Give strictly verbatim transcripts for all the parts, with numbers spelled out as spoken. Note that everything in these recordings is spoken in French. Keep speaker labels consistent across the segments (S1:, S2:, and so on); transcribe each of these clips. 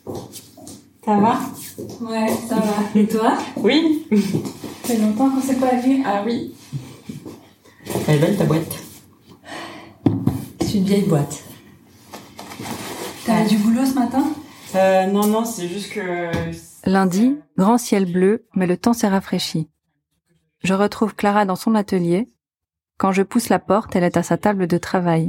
S1: Ça va?
S2: Ouais, ça va. Et toi?
S1: Oui.
S2: Ça fait longtemps qu'on s'est pas vu.
S1: Ah oui. Elle est belle ta boîte.
S2: C'est une vieille boîte. T'as du boulot ce matin?
S1: Euh, non, non, c'est juste que...
S3: Lundi, grand ciel bleu, mais le temps s'est rafraîchi. Je retrouve Clara dans son atelier. Quand je pousse la porte, elle est à sa table de travail.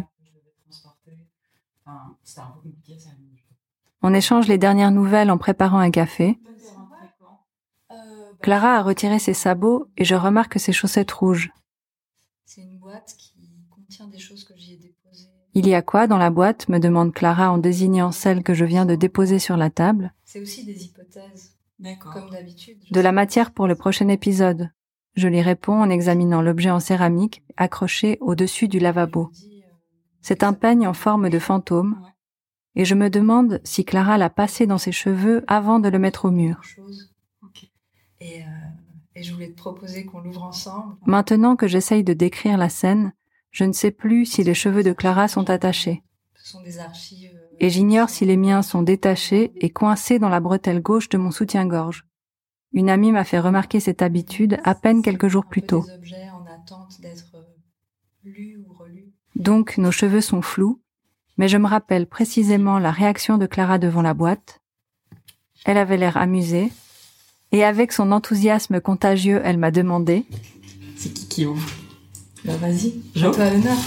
S3: On échange les dernières nouvelles en préparant un café. Clara a retiré ses sabots et je remarque ses chaussettes rouges.
S2: C'est une boîte qui contient des choses que j'y ai déposées.
S3: Il y a quoi dans la boîte, me demande Clara en désignant celle que je viens de déposer sur la table.
S2: C'est aussi des hypothèses.
S1: D'accord.
S2: Comme d'habitude.
S3: De la matière pour le prochain épisode. Je lui réponds en examinant l'objet en céramique accroché au-dessus du lavabo. C'est un peigne en forme de fantôme. Et je me demande si Clara l'a passé dans ses cheveux avant de le mettre au mur.
S2: Okay. Et, euh, et je voulais te proposer qu'on l'ouvre ensemble.
S3: Maintenant que j'essaye de décrire la scène, je ne sais plus si les cheveux de Clara sont attachés.
S2: Ce sont des archives. Euh,
S3: et j'ignore si les miens sont détachés et coincés dans la bretelle gauche de mon soutien-gorge. Une amie m'a fait remarquer cette habitude à peine quelques jours plus tôt.
S2: Des objets en attente d'être lus ou relus.
S3: Donc nos cheveux sont flous. Mais je me rappelle précisément la réaction de Clara devant la boîte. Elle avait l'air amusée, et avec son enthousiasme contagieux, elle m'a demandé...
S1: C'est qui qui ouvre?
S2: Bah vas-y,
S1: Jo.
S2: toi l'honneur.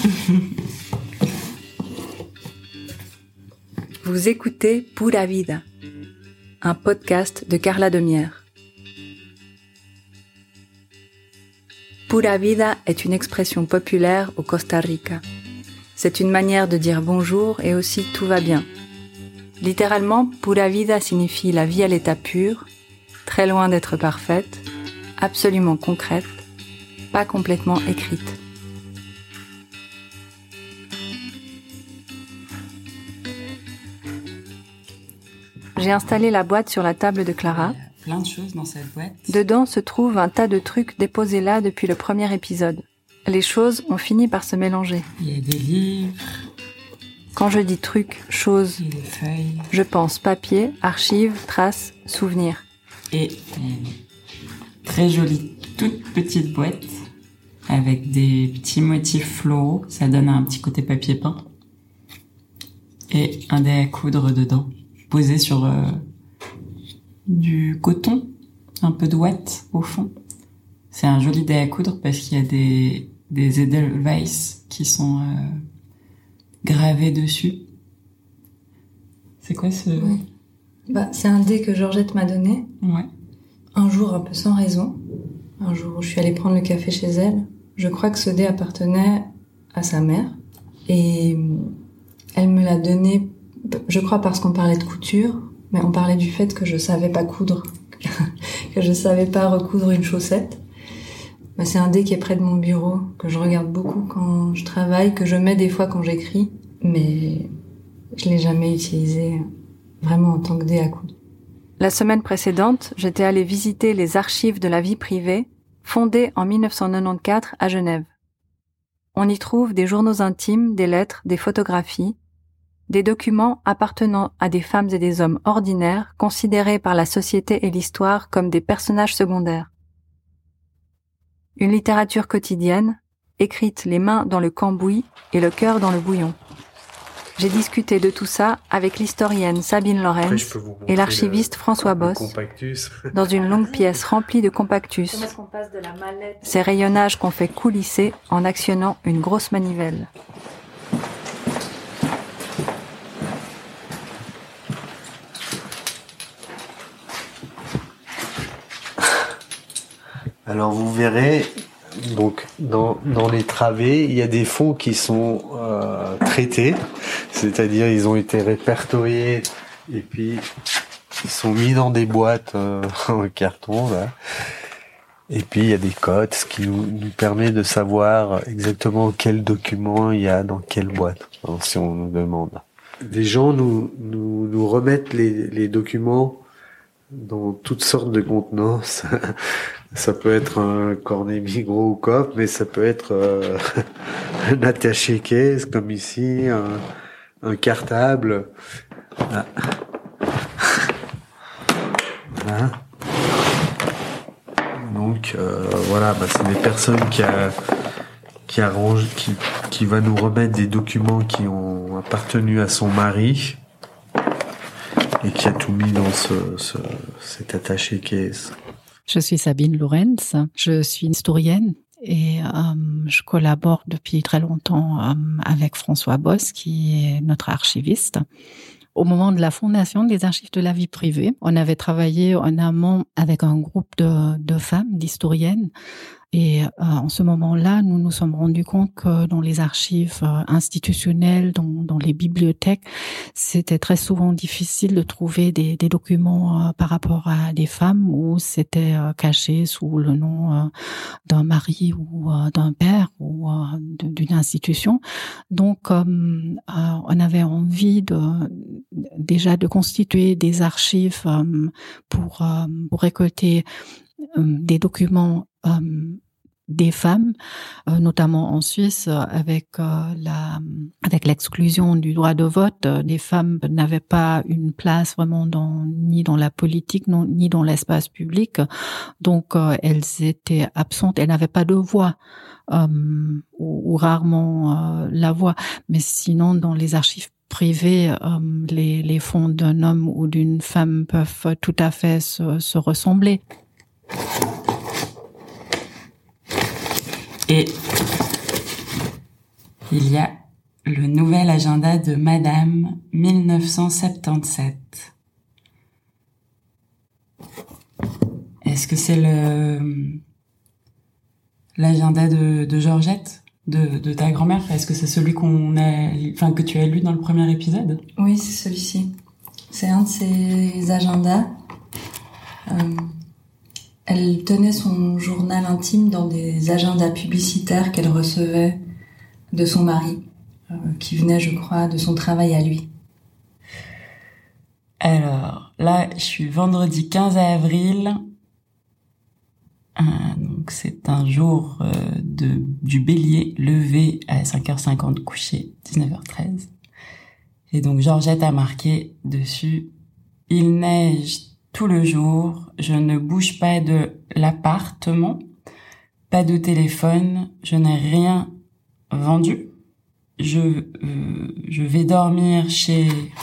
S3: Vous écoutez Pura Vida, un podcast de Carla Demière. Pura Vida est une expression populaire au Costa Rica. C'est une manière de dire bonjour et aussi tout va bien. Littéralement, pura vida signifie la vie à l'état pur, très loin d'être parfaite, absolument concrète, pas complètement écrite. J'ai installé la boîte sur la table de Clara.
S1: Il y a plein de choses dans cette boîte.
S3: Dedans se trouve un tas de trucs déposés là depuis le premier épisode. Les choses ont fini par se mélanger.
S1: Il y a des livres.
S3: Quand je dis trucs, choses,
S1: Il y a des feuilles.
S3: je pense papier, archives, traces, souvenirs.
S1: Et une très jolie toute petite boîte avec des petits motifs floraux. Ça donne un petit côté papier peint. Et un dé à coudre dedans, posé sur euh, du coton, un peu de ouate au fond. C'est un joli dé à coudre parce qu'il y a des, des Edelweiss qui sont euh, gravés dessus. C'est quoi ce...
S2: Oui. Bah, c'est un dé que Georgette m'a donné.
S1: Ouais.
S2: Un jour, un peu sans raison. Un jour où je suis allée prendre le café chez elle. Je crois que ce dé appartenait à sa mère. Et elle me l'a donné, je crois parce qu'on parlait de couture, mais on parlait du fait que je savais pas coudre, que je savais pas recoudre une chaussette. Bah, c'est un dé qui est près de mon bureau, que je regarde beaucoup quand je travaille, que je mets des fois quand j'écris, mais je l'ai jamais utilisé vraiment en tant que dé à coudre.
S3: La semaine précédente, j'étais allée visiter les archives de la vie privée, fondées en dix-neuf cent quatre-vingt-quatorze à Genève. On y trouve des journaux intimes, des lettres, des photographies, des documents appartenant à des femmes et des hommes ordinaires, considérés par la société et l'histoire comme des personnages secondaires. Une littérature quotidienne, écrite les mains dans le cambouis et le cœur dans le bouillon. J'ai discuté de tout ça avec l'historienne Sabine Lorenz et l'archiviste le, François Boss dans une longue pièce remplie de compactus, ces rayonnages qu'on fait coulisser en actionnant une grosse manivelle.
S4: Alors vous verrez, donc dans, dans les travées, il y a des fonds qui sont euh, traités, c'est-à-dire ils ont été répertoriés et puis ils sont mis dans des boîtes euh, en carton là. Et puis il y a des codes, ce qui nous, nous permet de savoir exactement quel document il y a dans quelle boîte, hein, si on nous demande. Des gens nous, nous, nous remettent les, les documents dans toutes sortes de contenances. Ça peut être un cornet Migros ou Coop, mais ça peut être euh, un attaché-caisse, comme ici, un, un cartable. Ah. Hein Donc euh, voilà, bah, c'est des personnes qui a, qui arrange, qui, qui va nous remettre des documents qui ont appartenu à son mari et qui a tout mis dans ce, ce cet attaché caisse.
S5: Je suis Sabine Lorenz, je suis historienne et euh, je collabore depuis très longtemps euh, avec François Boss, qui est notre archiviste. Au moment de la fondation des Archives de la vie privée, on avait travaillé en amont avec un groupe de, de femmes, d'historiennes. Et euh, en ce moment-là, nous nous sommes rendus compte que dans les archives euh, institutionnelles, dans, dans les bibliothèques, c'était très souvent difficile de trouver des, des documents euh, par rapport à des femmes où c'était euh, caché sous le nom euh, d'un mari ou euh, d'un père ou euh, de, d'une institution. Donc, euh, euh, on avait envie de déjà de constituer des archives euh, pour, euh, pour récolter euh, des documents Euh, des femmes, euh, notamment en Suisse, euh, avec euh, la avec l'exclusion du droit de vote, euh, les femmes n'avaient pas une place vraiment dans ni dans la politique, non, ni dans l'espace public. Donc euh, elles étaient absentes, elles n'avaient pas de voix. Euh, ou, ou rarement euh, la voix. Mais sinon, dans les archives privées, euh, les les fonds d'un homme ou d'une femme peuvent tout à fait se, se ressembler.
S1: Et il y a le nouvel agenda de Madame mille neuf cent soixante-dix-sept. Est-ce que c'est le l'agenda de, de Georgette, de, de ta grand-mère? Est-ce que c'est celui qu'on a, enfin que tu as lu dans le premier épisode?
S2: Oui, c'est celui-ci. C'est un de ses agendas. Euh... Elle tenait son journal intime dans des agendas publicitaires qu'elle recevait de son mari, euh, qui venait, je crois, de son travail à lui.
S1: Alors, là, je suis vendredi quinze avril. Ah, donc, c'est un jour euh, de du Bélier, levé à cinq heures cinquante, couché dix-neuf heures treize. Et donc, Georgette a marqué dessus « Il neige tout le jour, je ne bouge pas de l'appartement, pas de téléphone, je n'ai rien vendu. Je euh, je vais dormir chez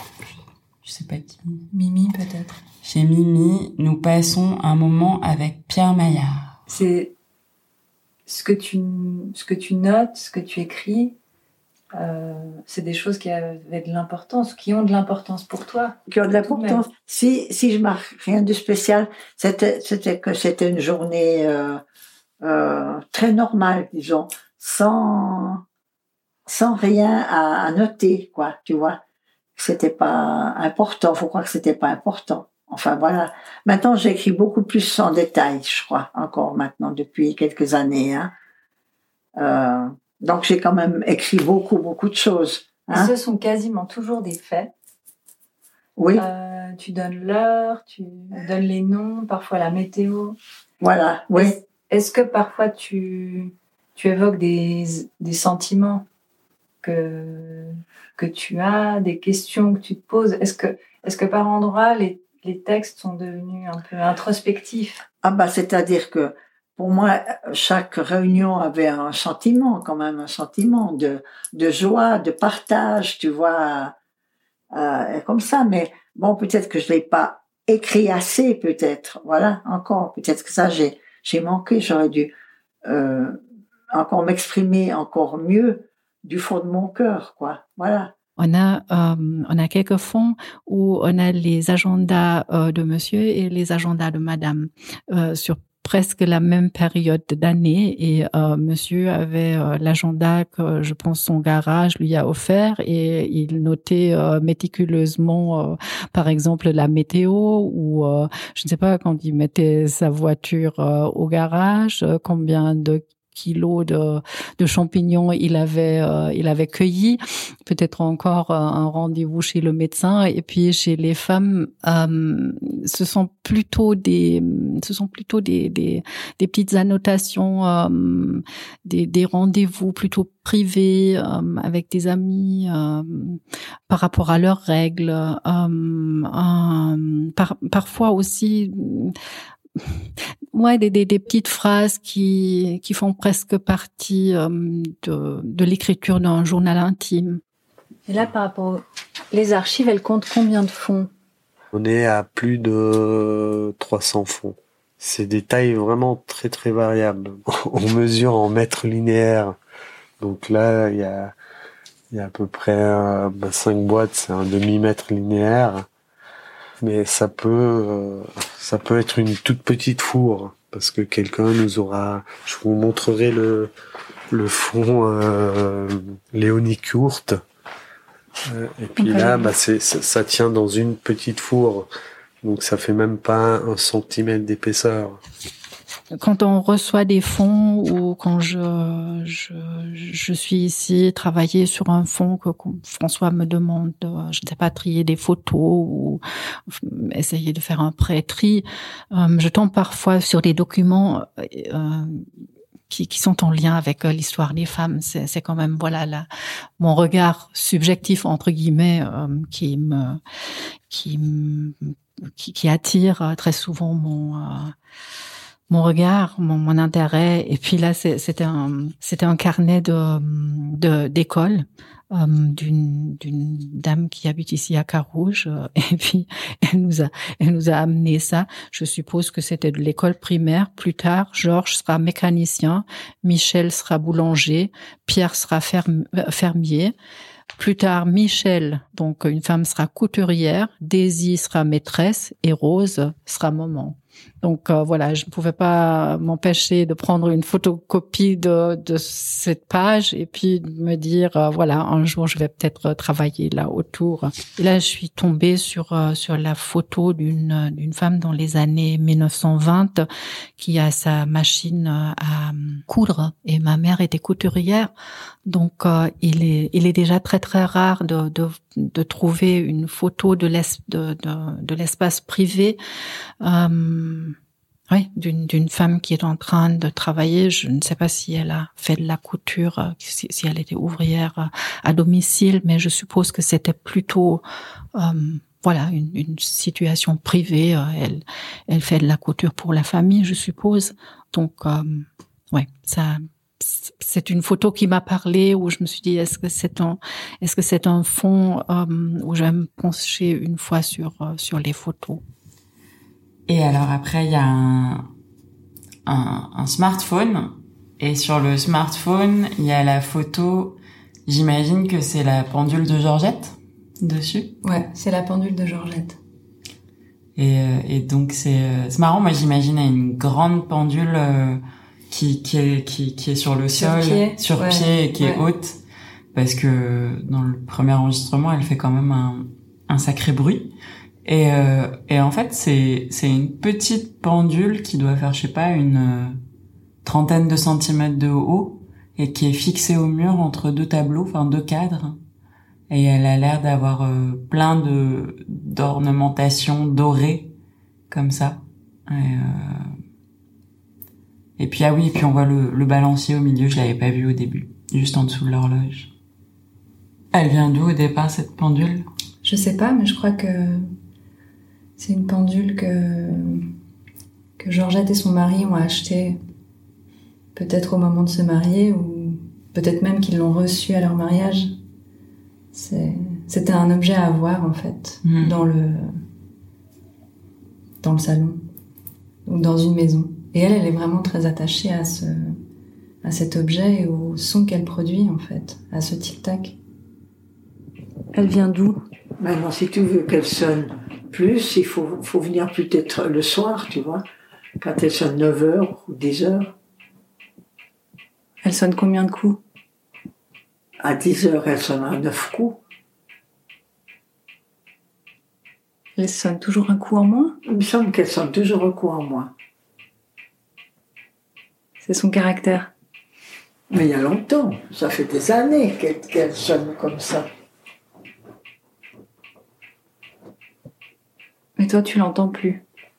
S1: je sais pas qui.
S2: Mimi peut-être.
S1: Chez Mimi, nous passons un moment avec Pierre Maillard. »
S3: C'est ce que tu ce que tu notes, ce que tu écris. Euh, c'est des choses qui avaient de l'importance, qui ont de l'importance pour toi.
S6: Qui ont de l'importance. Si, si je marque rien de spécial, c'était, c'était que c'était une journée euh, euh, très normale, disons, sans, sans rien à, à noter, quoi, tu vois. C'était pas important, faut croire que c'était pas important. Enfin, voilà. Maintenant, j'écris beaucoup plus en détail, je crois, encore maintenant, depuis quelques années, hein. Euh, Donc, j'ai quand même écrit beaucoup, beaucoup de choses. Hein.
S3: Ce sont quasiment toujours des faits.
S6: Oui.
S3: Euh, tu donnes l'heure, tu donnes les noms, parfois la météo.
S6: Voilà, oui.
S3: Est-ce, est-ce que parfois tu, tu évoques des, des sentiments que, que tu as, des questions que tu te poses? Est-ce que, est-ce que par endroits, les, les textes sont devenus un peu introspectifs?
S6: Ah bah, c'est-à-dire que pour moi, chaque réunion avait un sentiment, quand même, un sentiment de, de joie, de partage, tu vois, euh, comme ça. Mais bon, peut-être que je l'ai pas écrit assez, peut-être. Voilà, encore. Peut-être que ça, j'ai, j'ai manqué. J'aurais dû euh, encore m'exprimer encore mieux du fond de mon cœur, quoi. Voilà.
S5: On a, euh, on a quelques fonds où on a les agendas euh, de monsieur et les agendas de madame euh, sur presque la même période d'année, et euh, monsieur avait euh, l'agenda que je pense son garage lui a offert, et il notait euh, méticuleusement euh, par exemple la météo, ou euh, je ne sais pas, quand il mettait sa voiture euh, au garage, euh, combien de kilos de, de champignons il avait, euh, il avait cueilli. Peut-être encore un rendez-vous chez le médecin. Et puis chez les femmes, euh, ce sont plutôt des, ce sont plutôt des, des, des petites annotations, euh, des, des rendez-vous plutôt privés euh, avec des amis euh, par rapport à leurs règles. Euh, euh, par, parfois aussi. Ouais, des, des, des petites phrases qui, qui font presque partie euh, de, de l'écriture d'un journal intime.
S3: Et là, par rapport aux... les archives, elles comptent combien de fonds?
S4: On est à plus de trois cents fonds. C'est des tailles vraiment très très variables. On mesure en mètres linéaires. Donc là, il y a, il y a à peu près euh, bah, cinq boîtes, c'est un demi-mètre linéaire. Mais ça peut, euh, ça peut être une toute petite fourre, parce que quelqu'un nous aura. Je vous montrerai le le fond euh, Léonie Courte. Euh, et puis okay. Là, bah c'est ça, ça tient dans une petite fourre, donc ça fait même pas un centimètre d'épaisseur.
S5: Quand on reçoit des fonds ou quand je, je, je suis ici travailler sur un fond que François me demande, de, je ne sais pas, trier des photos ou essayer de faire un pré-tri, euh, je tombe parfois sur des documents euh, qui, qui sont en lien avec l'histoire des femmes. C'est, c'est quand même, voilà, la, mon regard subjectif, entre guillemets, euh, qui me, qui me, qui, qui attire très souvent mon, euh, mon regard, mon, mon intérêt. Et puis là, c'est, c'était un, c'était un carnet de, de d'école euh, d'une, d'une dame qui habite ici à Carouge. Et puis elle nous a, elle nous a amené ça. Je suppose que c'était de l'école primaire. Plus tard, Georges sera mécanicien, Michel sera boulanger, Pierre sera ferme, fermier. Plus tard, Michel, donc une femme, sera couturière, Daisy sera maîtresse et Rose sera maman. Donc euh, voilà, je ne pouvais pas m'empêcher de prendre une photocopie de, de cette page et puis de me dire euh, voilà, un jour je vais peut-être travailler là autour. Et là, je suis tombée sur euh, sur la photo d'une d'une femme dans les années mille neuf cent vingt qui a sa machine à coudre et ma mère était couturière. Donc euh, il est il est déjà très très rare de de de trouver une photo de l'es, de, de de l'espace privé. Euh, oui, d'une d'une femme qui est en train de travailler. Je ne sais pas si elle a fait de la couture, si, si elle était ouvrière à domicile, mais je suppose que c'était plutôt euh, voilà une, une situation privée. Elle elle fait de la couture pour la famille, je suppose. Donc euh, ouais, ça. C'est une photo qui m'a parlé où je me suis dit est-ce que c'est un est-ce que c'est un fond euh, où je vais me pencher une fois sur euh, sur les photos.
S1: Et alors après il y a un, un un smartphone et sur le smartphone il y a la photo. J'imagine que c'est la pendule de Georgette dessus.
S2: Ouais, c'est la pendule de Georgette.
S1: Et euh, et donc c'est euh, c'est marrant. Moi j'imaginais une grande pendule. Euh, qui qui est qui qui est sur le
S2: sur
S1: sol
S2: pied,
S1: sur
S2: ouais,
S1: pied et qui
S2: ouais.
S1: est haute parce que dans le premier enregistrement elle fait quand même un un sacré bruit et euh, et en fait c'est c'est une petite pendule qui doit faire je sais pas une euh, trentaine de centimètres de haut et qui est fixée au mur entre deux tableaux, enfin deux cadres, et elle a l'air d'avoir euh, plein de d'ornementations dorées comme ça. Et, euh, Et puis, ah oui, et puis on voit le, le balancier au milieu, je l'avais pas vu au début, juste en dessous de l'horloge. Elle vient d'où au départ, cette pendule?
S2: Je sais pas, mais je crois que c'est une pendule que, que Georgette et son mari ont achetée peut-être au moment de se marier, ou peut-être même qu'ils l'ont reçue à leur mariage. C'est, c'était un objet à avoir, en fait, mmh. dans le, dans le salon, ou dans une maison. Et elle, elle est vraiment très attachée à ce, à cet objet et au son qu'elle produit, en fait, à ce tic-tac.
S3: Elle vient d'où?
S6: Maintenant, si tu veux qu'elle sonne plus, il faut, faut venir peut-être le soir, tu vois, quand elle sonne neuf heures ou dix heures.
S3: Elle sonne combien de coups?
S6: À dix heures, elle sonne à neuf coups.
S3: Elle sonne toujours un coup en moins?
S6: Il me semble qu'elle sonne toujours un coup en moins.
S3: C'est son caractère.
S6: Mais il y a longtemps, ça fait des années qu'elle, qu'elle sonne comme ça.
S2: Mais toi, tu l'entends plus?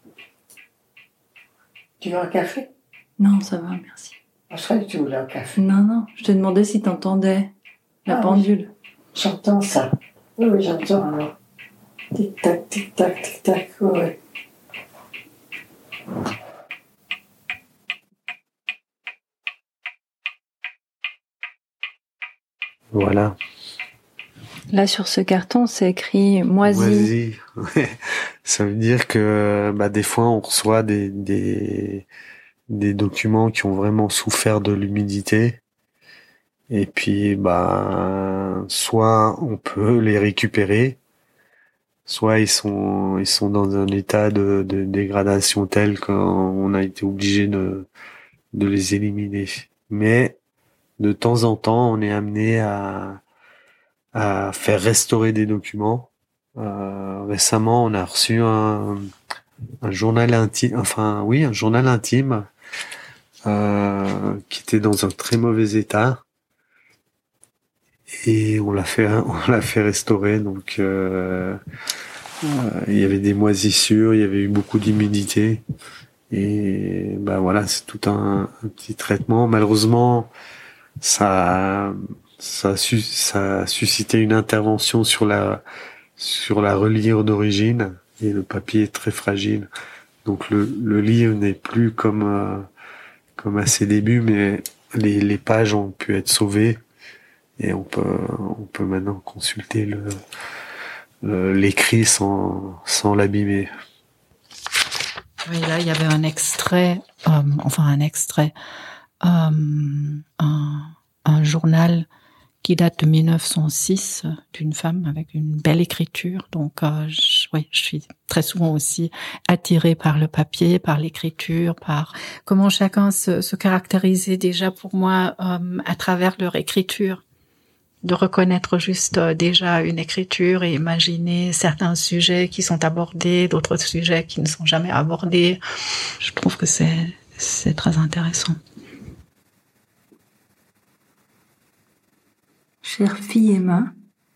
S6: Tu veux un café?
S2: Non, ça va, merci.
S6: Je croyais que tu voulais un café.
S2: Non, non, je te demandais si t'entendais la
S6: ah,
S2: pendule.
S6: Oui. J'entends ça. Oui, oui, j'entends alors. Tic-tac, tic-tac, tic-tac, oui.
S4: Voilà.
S3: Là, sur ce carton, c'est écrit moisi.
S4: Moisi. Ouais. Ça veut dire que bah, des fois, on reçoit des, des, des documents qui ont vraiment souffert de l'humidité. Et puis, bah, soit on peut les récupérer, soit ils sont, ils sont dans un état de, de dégradation tel qu'on a été obligé de, de les éliminer. Mais de temps en temps, on est amené à, à faire restaurer des documents. Euh, récemment, on a reçu un, un journal intime, enfin oui, un journal intime euh, qui était dans un très mauvais état, et on l'a fait, on l'a fait restaurer. Donc, euh, euh, il y avait des moisissures, il y avait eu beaucoup d'humidité, et ben voilà, c'est tout un, un petit traitement. Malheureusement, ça, ça a, su, ça a suscité une intervention sur la sur la reliure d'origine, et le papier est très fragile. Donc le, le livre n'est plus comme euh, comme à ses débuts, mais les, les pages ont pu être sauvées, et on peut on peut maintenant consulter le, le l'écrit sans sans l'abîmer.
S5: Oui, là il y avait un extrait, euh, enfin un extrait, euh, un, un journal qui date de mille neuf cent six, d'une femme avec une belle écriture. Donc, euh, je, oui, je suis très souvent aussi attirée par le papier, par l'écriture, par comment chacun se, se caractérisait déjà pour moi euh, à travers leur écriture. De reconnaître juste euh, déjà une écriture et imaginer certains sujets qui sont abordés, d'autres sujets qui ne sont jamais abordés. Je trouve que c'est, c'est très intéressant.
S2: Chère fille Emma,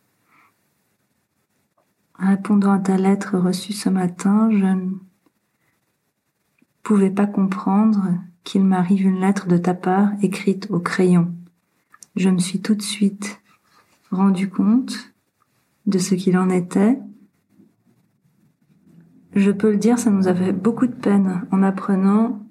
S2: répondant à ta lettre reçue ce matin, je ne pouvais pas comprendre qu'il m'arrive une lettre de ta part écrite au crayon. Je me suis tout de suite rendu compte de ce qu'il en était. Je peux le dire, ça nous a fait beaucoup de peine en apprenant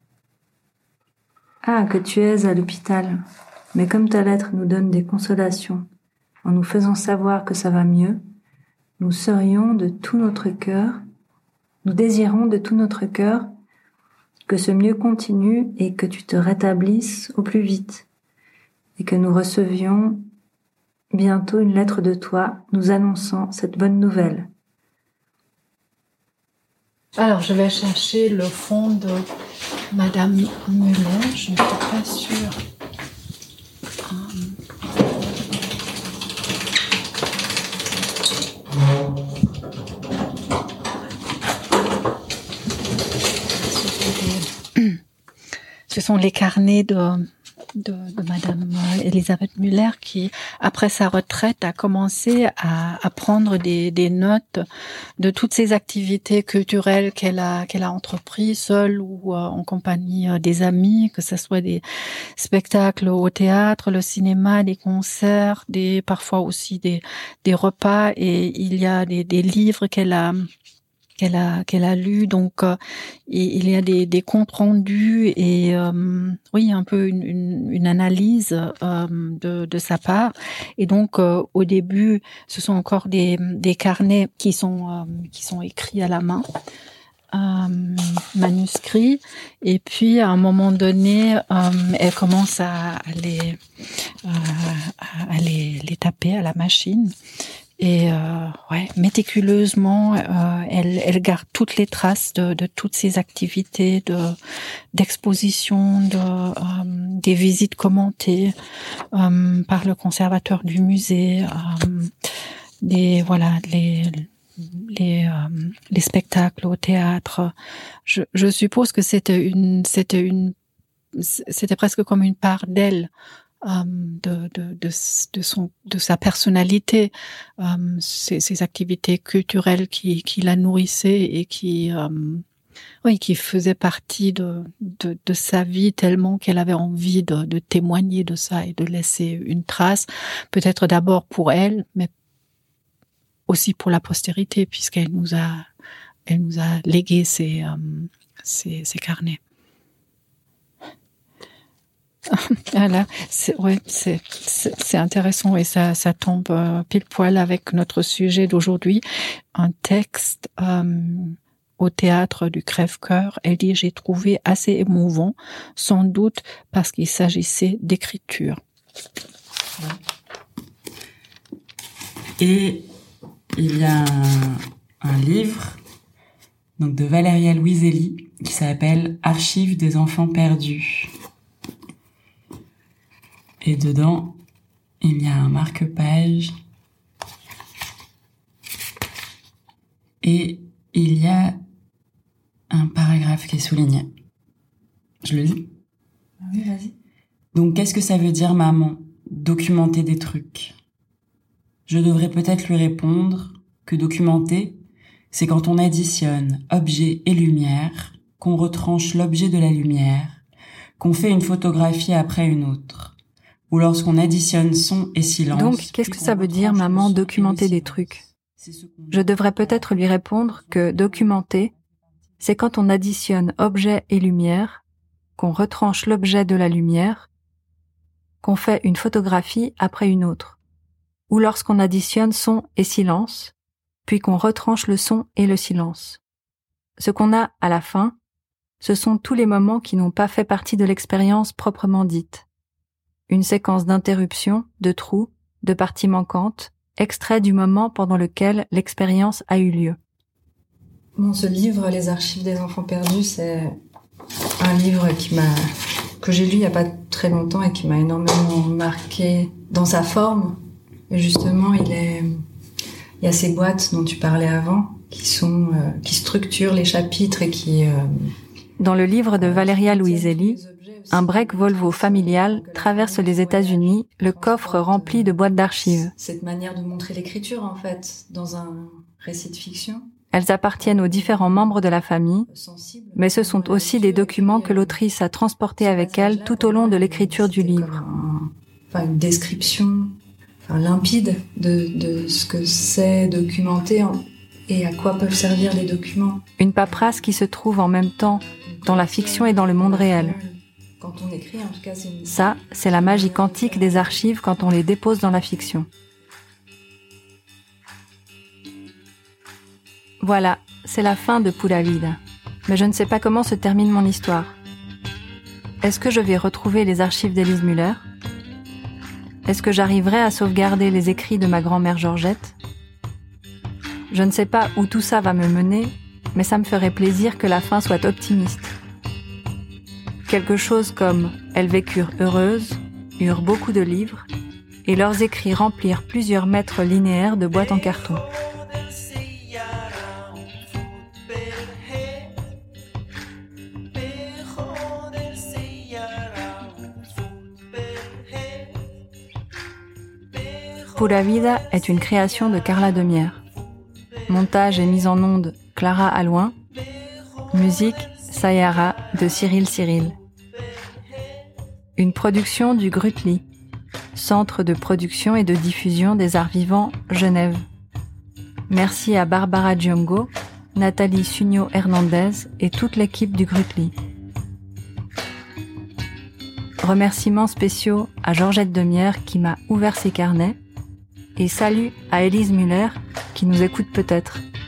S2: ah, que tu es à l'hôpital. Mais comme ta lettre nous donne des consolations, en nous faisant savoir que ça va mieux, nous serions de tout notre cœur, nous désirons de tout notre cœur que ce mieux continue et que tu te rétablisses au plus vite, et que nous recevions bientôt une lettre de toi nous annonçant cette bonne nouvelle.
S5: Alors, je vais chercher le fond de Madame Muller, je ne suis pas sûre. Ce sont les carnets de, de, de Madame Elisabeth Muller qui, après sa retraite, a commencé à, à prendre des, des notes de toutes ces activités culturelles qu'elle a, qu'elle a entreprises, seule ou euh, en compagnie euh, des amis, que ce soit des spectacles au théâtre, le cinéma, des concerts, des, parfois aussi des, des repas, et il y a des, des livres qu'elle a qu'elle a qu'elle a lu, donc euh, il y a des, des comptes rendus et euh, oui, un peu une, une, une analyse euh, de, de sa part. Et donc euh, au début, ce sont encore des, des carnets qui sont euh, qui sont écrits à la main, euh, manuscrits. Et puis à un moment donné, euh, elle commence à, à les euh, à les, les taper à la machine. Et euh, ouais, méticuleusement, euh, elle, elle garde toutes les traces de, de toutes ces activités, de d'exposition, de euh, des visites commentées euh, par le conservateur du musée, euh, des voilà les les euh, les spectacles au théâtre. Je, je suppose que c'était une c'était une c'était presque comme une part d'elle euh, de, de, de, de, son, de sa personnalité, euh, ses, ses activités culturelles qui, qui la nourrissaient et qui, euh, oui, qui faisaient partie de, de, de sa vie tellement qu'elle avait envie de, de témoigner de ça et de laisser une trace, peut-être d'abord pour elle, mais aussi pour la postérité, puisqu'elle nous a, elle nous a légué ses, euh, ses, ses carnets. Voilà, c'est, ouais, c'est, c'est, c'est intéressant et ça, ça tombe euh, pile poil avec notre sujet d'aujourd'hui. Un texte euh, au théâtre du Crève-Cœur. Elle dit, j'ai trouvé assez émouvant, sans doute parce qu'il s'agissait d'écriture.
S1: Et il y a un, un livre donc de Valéria Luiselli qui s'appelle Archives des enfants perdus. Et dedans, il y a un marque-page et il y a un paragraphe qui est souligné. Je le lis ?
S2: Oui, vas-y.
S1: Donc, qu'est-ce que ça veut dire, maman, documenter des trucs ? Je devrais peut-être lui répondre que documenter, c'est quand on additionne objet et lumière, qu'on retranche l'objet de la lumière, qu'on fait une photographie après une autre. Ou lorsqu'on additionne son et silence.
S3: Donc, qu'est-ce que ça veut dire, maman, documenter des trucs ? Je devrais peut-être lui répondre que documenter, c'est quand on additionne objet et lumière, qu'on retranche l'objet de la lumière, qu'on fait une photographie après une autre. Ou lorsqu'on additionne son et silence, puis qu'on retranche le son et le silence. Ce qu'on a à la fin, ce sont tous les moments qui n'ont pas fait partie de l'expérience proprement dite. Une séquence d'interruptions, de trous, de parties manquantes, extrait du moment pendant lequel l'expérience a eu lieu.
S2: Bon, ce livre, Les archives des enfants perdus, c'est un livre qui m'a, que j'ai lu il y a pas très longtemps et qui m'a énormément marqué dans sa forme. Et justement, il est, il y a ces boîtes dont tu parlais avant, qui sont, euh, qui structurent les chapitres et qui, euh,
S3: Dans le livre de Valéria Luiselli, un break Volvo familial traverse les États-Unis, le coffre rempli de boîtes d'archives.
S2: Cette manière de montrer l'écriture, en fait, dans un récit de fiction.
S3: Elles appartiennent aux différents membres de la famille, mais ce sont aussi des documents que l'autrice a transportés avec elle tout au long de l'écriture du livre.
S2: Un, enfin, une description enfin, limpide de, de ce que c'est documenter et à quoi peuvent servir les documents.
S3: Une paperasse qui se trouve en même temps dans la fiction et dans le monde réel.
S2: Quand on écrit, en tout cas, c'est une...
S3: Ça, c'est la magie quantique des archives quand on les dépose dans la fiction. Voilà, c'est la fin de Pura Vida. Mais je ne sais pas comment se termine mon histoire. Est-ce que je vais retrouver les archives d'Élise Muller ? Est-ce que j'arriverai à sauvegarder les écrits de ma grand-mère Georgette ? Je ne sais pas où tout ça va me mener, mais ça me ferait plaisir que la fin soit optimiste. Quelque chose comme « Elles vécurent heureuses, eurent beaucoup de livres, et leurs écrits remplirent plusieurs mètres linéaires de boîtes en carton. » Pura Vida est une création de Carla Demière. Montage et mise en onde Clara Allouin. Musique Sayara de Cyril Cyril. Une production du Grutli, Centre de production et de diffusion des arts vivants, Genève. Merci à Barbara Diongo, Nathalie Sugno-Hernandez et toute l'équipe du Grutli. Remerciements spéciaux à Georgette Demière qui m'a ouvert ses carnets et salut à Élise Muller qui nous écoute peut-être.